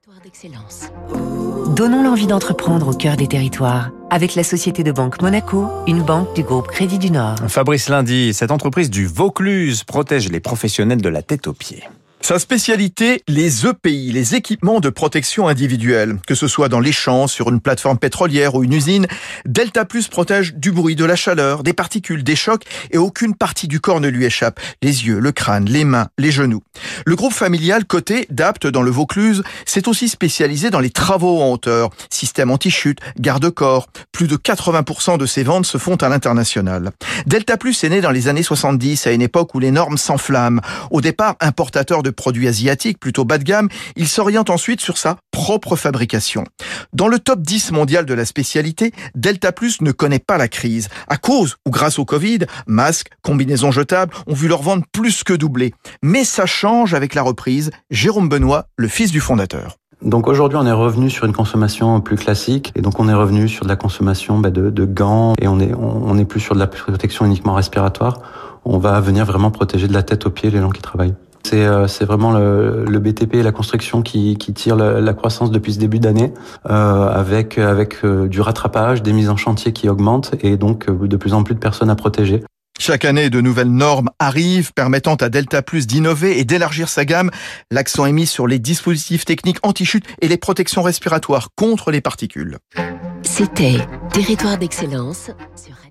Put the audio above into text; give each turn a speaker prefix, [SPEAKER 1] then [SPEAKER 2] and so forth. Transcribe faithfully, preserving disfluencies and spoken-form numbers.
[SPEAKER 1] Territoire d'excellence. Donnons l'envie d'entreprendre au cœur des territoires avec la Société de Banque Monaco, une banque du groupe Crédit du Nord.
[SPEAKER 2] Fabrice Lundy, cette entreprise du Vaucluse protège les professionnels de la tête aux pieds.
[SPEAKER 3] Sa spécialité, les E P I, les équipements de protection individuelle. Que ce soit dans les champs, sur une plateforme pétrolière ou une usine, Delta Plus protège du bruit, de la chaleur, des particules, des chocs et aucune partie du corps ne lui échappe. Les yeux, le crâne, les mains, les genoux. Le groupe familial coté d'Apt dans le Vaucluse s'est aussi spécialisé dans les travaux en hauteur. Système anti-chute, garde-corps. Plus de quatre-vingts pour cent de ses ventes se font à l'international. Delta Plus est né dans les années soixante-dix, à une époque où les normes s'enflamment. Au départ, importateur de produits asiatiques plutôt bas de gamme, il s'oriente ensuite sur sa propre fabrication. Dans le top dix mondial de la spécialité, Delta Plus ne connaît pas la crise. À cause ou grâce au Covid, masques, combinaisons jetables ont vu leur vente plus que doubler. Mais ça change avec la reprise. Jérôme Benoît, le fils du fondateur.
[SPEAKER 4] Donc aujourd'hui, on est revenu sur une consommation plus classique, et donc on est revenu sur de la consommation bah, de, de gants, et on est on n'est plus sur de la protection uniquement respiratoire. On va venir vraiment protéger de la tête aux pieds les gens qui travaillent. C'est, euh, c'est vraiment le, le B T P et la construction qui, qui tirent la, la croissance depuis ce début d'année, euh, avec, avec euh, du rattrapage, des mises en chantier qui augmentent et donc euh, de plus en plus de personnes à protéger.
[SPEAKER 3] Chaque année, de nouvelles normes arrivent permettant à Delta Plus d'innover et d'élargir sa gamme. L'accent est mis sur les dispositifs techniques anti-chute et les protections respiratoires contre les particules.
[SPEAKER 1] C'était Territoire d'excellence sur